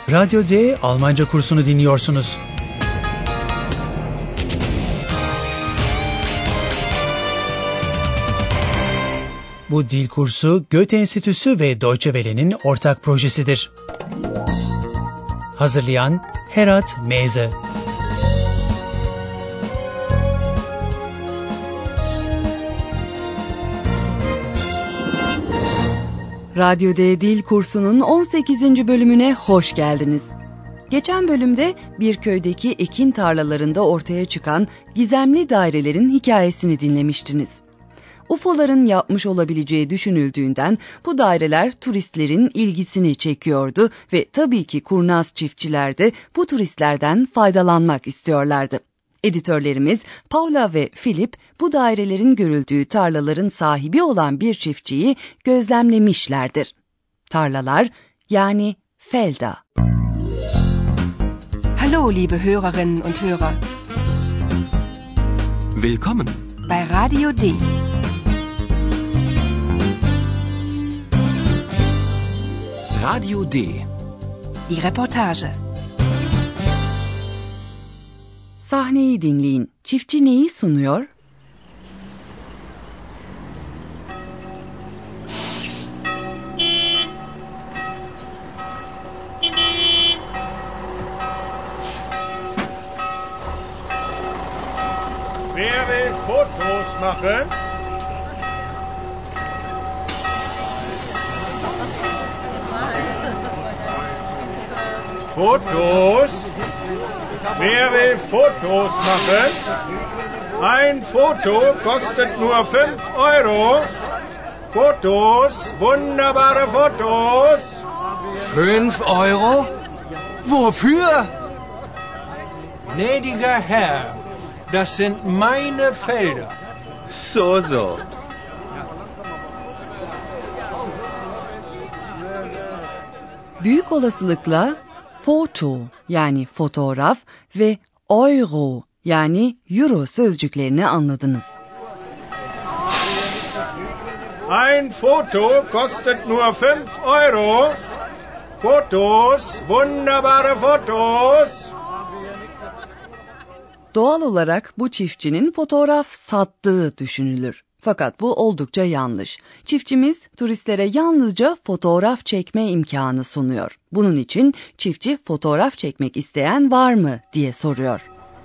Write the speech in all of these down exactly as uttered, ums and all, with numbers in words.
Radyo D Almanca kursunu dinliyorsunuz. Bu dil kursu Goethe Enstitüsü ve Deutsche Welle'nin ortak projesidir. Hazırlayan Herat Meze. Radyo D Dil kursunun on sekizinci bölümüne hoş geldiniz. Geçen bölümde bir köydeki ekin tarlalarında ortaya çıkan gizemli dairelerin hikayesini dinlemiştiniz. U F O'ların yapmış olabileceği düşünüldüğünden bu daireler turistlerin ilgisini çekiyordu ve tabii ki kurnaz çiftçiler de bu turistlerden faydalanmak istiyorlardı. Editörlerimiz Paula ve Philip bu dairelerin görüldüğü tarlaların sahibi olan bir çiftçiyi gözlemlemişlerdir. Tarlalar yani Felder. Hallo liebe Hörerinnen und Hörer. Willkommen bei Radio D. Radio D. Die Reportage. Sahneyi dinleyin. Çiftçi neyi sunuyor? Wer will Fotos machen? Fotos? Wer will Fotos machen? Ein Foto kostet nur fünf Euro. Fotos, wunderbare Fotos. Fünf Euro? Wofür? Gnädiger Herr, das sind meine Felder. So, so. Büyük olasılıkla foto yani fotoğraf ve euro yani euro sözcüklerini anladınız. Ein Foto kostet nur fünf Euro. Fotos, wunderbare Fotos. Doğal olarak bu çiftçinin fotoğraf sattığı düşünülür. Fakat bu oldukça yanlış. Çiftçimiz turistlere yalnızca fotoğraf çekme imkanı sunuyor. Bunun için çiftçi fotoğraf çekmek isteyen var mı diye soruyor.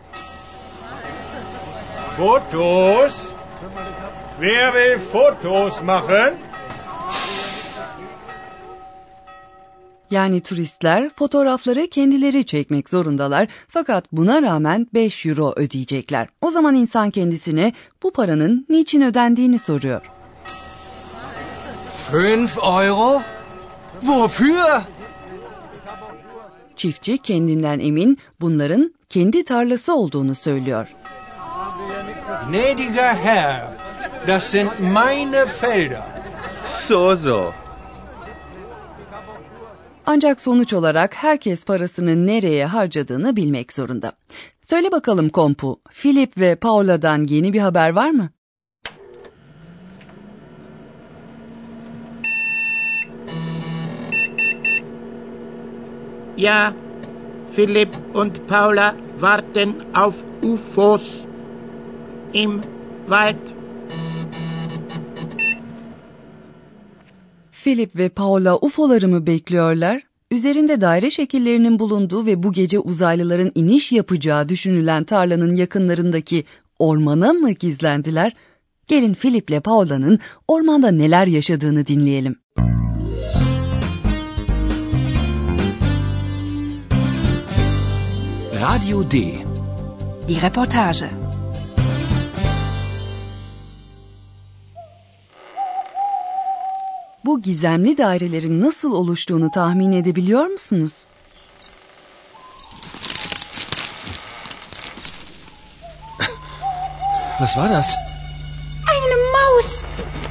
Fotos? Wer will Fotos machen? Yani turistler fotoğrafları kendileri çekmek zorundalar fakat buna rağmen beş euro ödeyecekler. O zaman insan kendisine bu paranın niçin ödendiğini soruyor. Fünf Euro? Wofür? Çiftçi kendinden emin bunların kendi tarlası olduğunu söylüyor. Gnädiger Herr, das sind meine Felder. So, so. Ancak sonuç olarak herkes parasını nereye harcadığını bilmek zorunda. Söyle bakalım kompu, Philip ve Paula'dan yeni bir haber var mı? Ja, Philipp und Paula warten auf U F Os im Wald. Philip ve Paula U F O'ları mı bekliyorlar? Üzerinde daire şekillerinin bulunduğu ve bu gece uzaylıların iniş yapacağı düşünülen tarlanın yakınlarındaki ormana mı gizlendiler? Gelin Philip ile Paula'nın ormanda neler yaşadığını dinleyelim. Radio D. Die Reportage. Bu gizemli dairelerin nasıl oluştuğunu tahmin edebiliyor musunuz? Was war das? Eine Maus!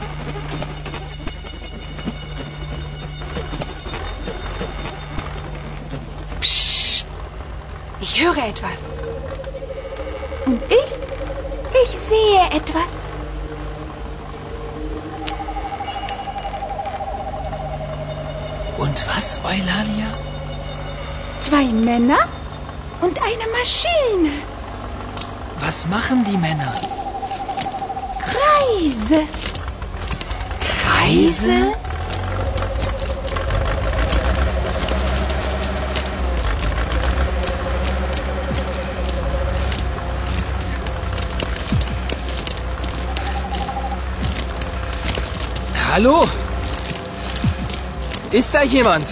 Psst! Ich höre etwas. Und ich? Ich sehe etwas. Und was, Eulalia? Zwei Männer und eine Maschine. Was machen die Männer? Kreise. Kreise? Hallo? Ist da jemand?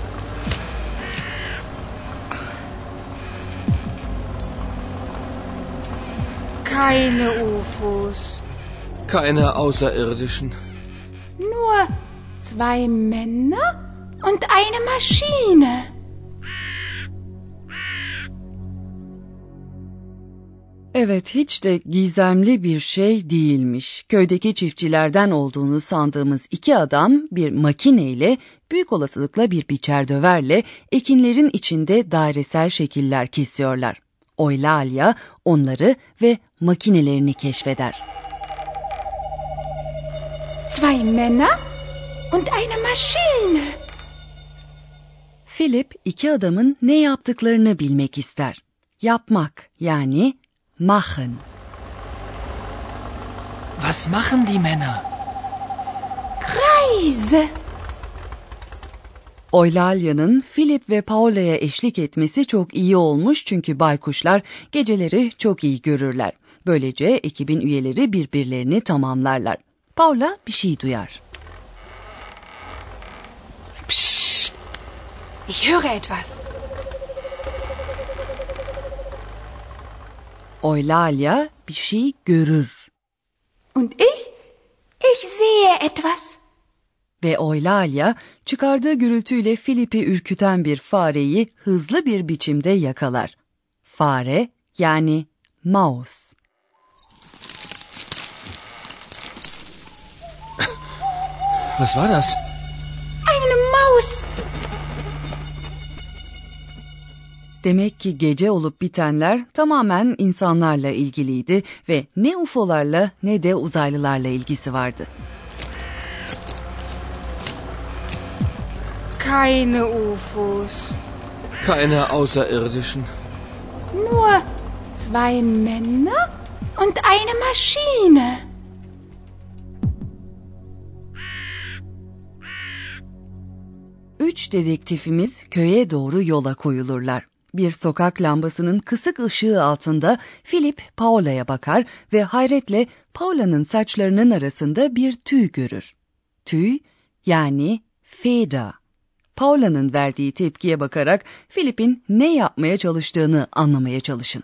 Keine U F Os. Keine Außerirdischen. Nur zwei Männer und eine Maschine. Evet, hiç de gizemli bir şey değilmiş. Köydeki çiftçilerden olduğunu sandığımız iki adam bir makineyle, büyük olasılıkla bir biçer döverle ekinlerin içinde dairesel şekiller kesiyorlar. Eulalia onları ve makinelerini keşfeder. Zwei Männer und eine Maschine. Philip iki adamın ne yaptıklarını bilmek ister. Yapmak yani machen. Was machen die Männer? Kreise. Eulalia'nın Philip ve Paula'ya eşlik etmesi çok iyi olmuş çünkü baykuşlar geceleri çok iyi görürler. Böylece ekibin üyeleri birbirlerini tamamlarlar. Paula bir şey duyar. Psst. Ich höre etwas. Eulalia bir şey görür. Und ich? Ich sehe etwas. Ve Eulalia çıkardığı gürültüyle Philip'i ürküten bir fareyi hızlı bir biçimde yakalar. Fare yani mouse. Was war das? Eine Maus. Demek ki gece olup bitenler tamamen insanlarla ilgiliydi ve ne U F O'larla ne de uzaylılarla ilgisi vardı. Keine U F Os. Keine Außerirdischen. Nur zwei Männer und eine Maschine. Üç dedektifimiz köye doğru yola koyulurlar. Bir sokak lambasının kısık ışığı altında Philip Paula'ya bakar ve hayretle Paula'nın saçlarının arasında bir tüy görür. Tüy yani Feder. Paula'nın verdiği tepkiye bakarak Philip'in ne yapmaya çalıştığını anlamaya çalışın.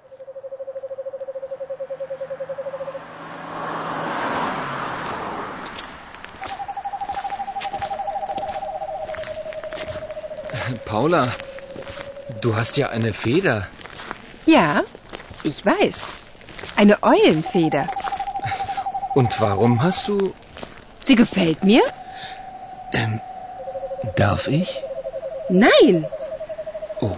Paula, du hast ja eine Feder. Ja, ich weiß. Eine Eulenfeder. Und warum hast du... Sie gefällt mir? Ähm, darf ich? Nein. Oh.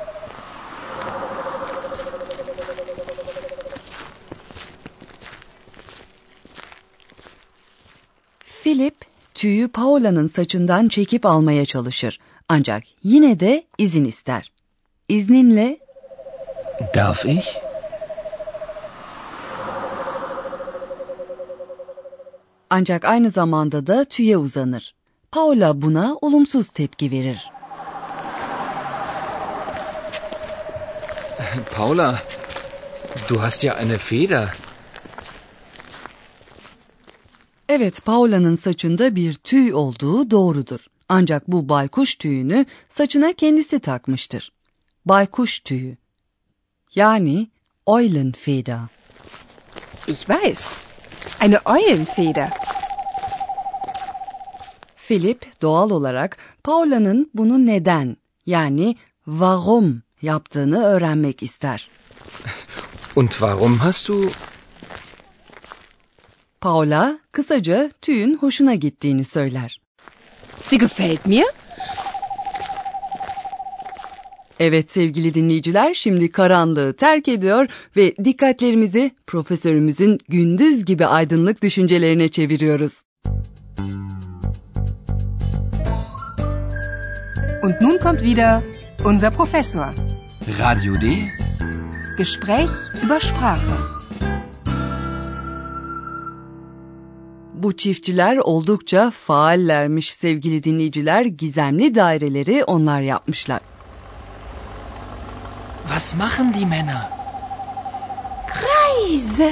Philip, tüyü Paula'nın saçından çekip almaya çalışır. Ancak yine de izin ister. İzninle... Darf ich? Ancak aynı zamanda da tüye uzanır. Paula buna olumsuz tepki verir. Paula, du hast ja eine Feder. Evet, Paula'nın saçında bir tüy olduğu doğrudur. Ancak bu baykuş tüyünü saçına kendisi takmıştır. Baykuş tüyü. Yani Eulenfeder. Ich weiß. Eine Eulenfeder. Philip doğal olarak Paula'nın bunu neden yani warum yaptığını öğrenmek ister. Und warum hast du... Paula kısaca tüyün hoşuna gittiğini söyler. Sie gefällt mir? Evet sevgili dinleyiciler, şimdi karanlığı terk ediyor ve dikkatlerimizi profesörümüzün gündüz gibi aydınlık düşüncelerine çeviriyoruz. Und nun kommt wieder Unser Professor. Radio D. Gespräch über Sprache. Bu çiftçiler oldukça faallermiş sevgili dinleyiciler. Gizemli daireleri onlar yapmışlar. Was machen die Männer? Kreise.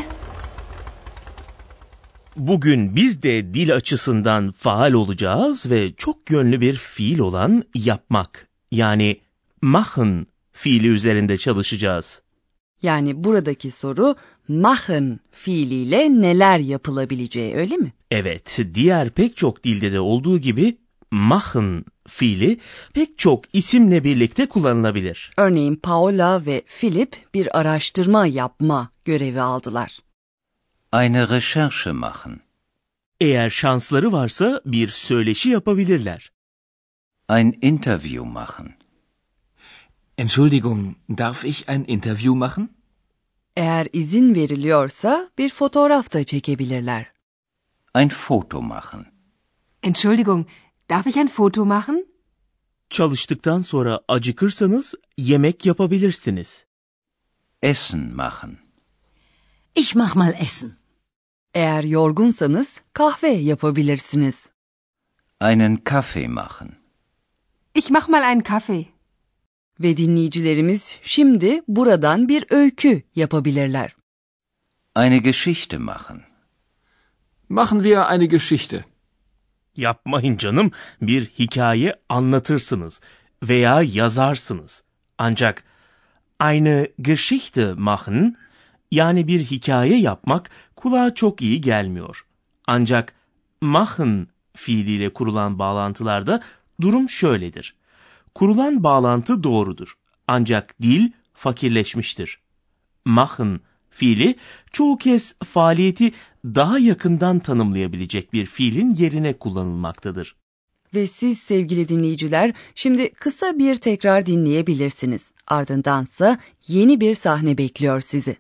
Bugün biz de dil açısından faal olacağız ve çok yönlü bir fiil olan yapmak, yani machen fiili üzerinde çalışacağız. Yani buradaki soru machen fiiliyle neler yapılabileceği, öyle mi? Evet, diğer pek çok dilde de olduğu gibi machen fiili pek çok isimle birlikte kullanılabilir. Örneğin Paula ve Philip bir araştırma yapma görevi aldılar. Eine Recherche machen. Eğer şansları varsa bir söyleşi yapabilirler. Ein Interview machen. Entschuldigung, darf ich ein Interview machen? Eğer izin veriliyorsa bir fotoğraf da çekebilirler. Ein Foto machen. Entschuldigung, darf ich ein Foto machen? Çalıştıktan sonra acıkırsanız yemek yapabilirsiniz. Essen machen. Ich mach mal Essen. Eğer yorgunsanız kahve yapabilirsiniz. Einen Kaffee machen. Ich mach mal einen Kaffee. Ve dinleyicilerimiz şimdi buradan bir öykü yapabilirler. Eine Geschichte machen. Machen wir eine Geschichte. Yapmayın canım, bir hikaye anlatırsınız veya yazarsınız. Ancak eine Geschichte machen, yani bir hikaye yapmak kulağa çok iyi gelmiyor. Ancak machen fiiliyle kurulan bağlantılarda durum şöyledir. Kurulan bağlantı doğrudur. Ancak dil fakirleşmiştir. Machen fiili çoğu kez faaliyeti daha yakından tanımlayabilecek bir fiilin yerine kullanılmaktadır. Ve siz sevgili dinleyiciler şimdi kısa bir tekrar dinleyebilirsiniz. Ardındansa yeni bir sahne bekliyor sizi.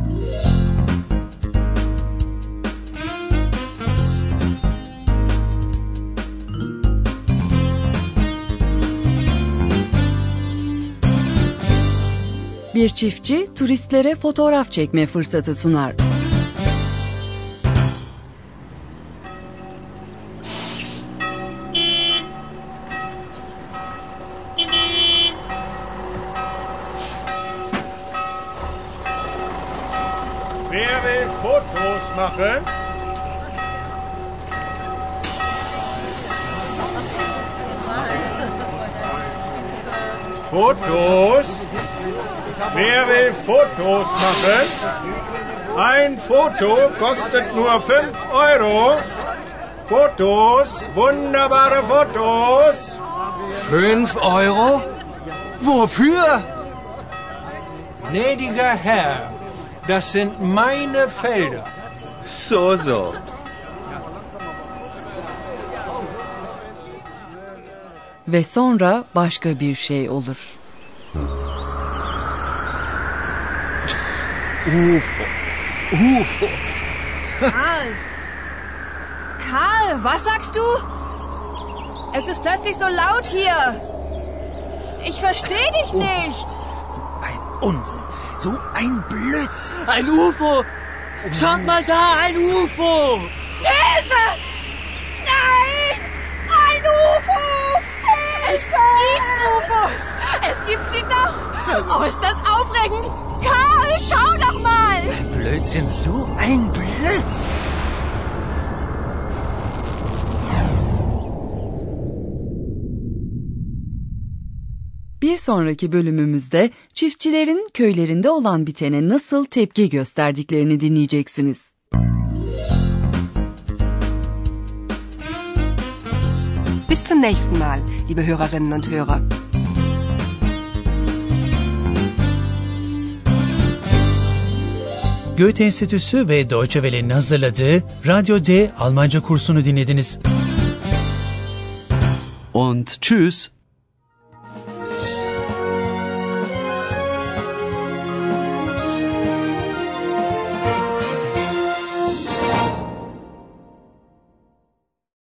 Bir çiftçi turistlere fotoğraf çekme fırsatı sunar. Wer will Fotos machen? Fotos? Wer will Fotos machen? Ein Foto kostet nur fünf Euro. Fotos, wunderbare Fotos. Fünf Euro? Wofür? Gnädiger Herr, das sind meine Felder. So, so. Ve sonra başka bir şey olur. Ufos. Ufos. Karl! Karl, was sagst du? Es ist plötzlich so laut hier. Ich verstehe dich nicht. So ein Unsinn. So ein Blödsinn. Ein U F O. Schaut mal da, ein U F O. Hilfe! Nein! Ein U F O! Es gibt U F Os! Es gibt sie doch! Oh, ist das aufregend! Karl, schau doch mal! Blödsinn, so ein Blödsinn. Bir sonraki bölümümüzde çiftçilerin köylerinde olan bitene nasıl tepki gösterdiklerini dinleyeceksiniz. Bis zum nächsten Mal, liebe Hörerinnen und Hörer. Goethe Enstitüsü ve Deutsche Welle'nin hazırladığı Radyo D Almanca kursunu dinlediniz. Und tschüss.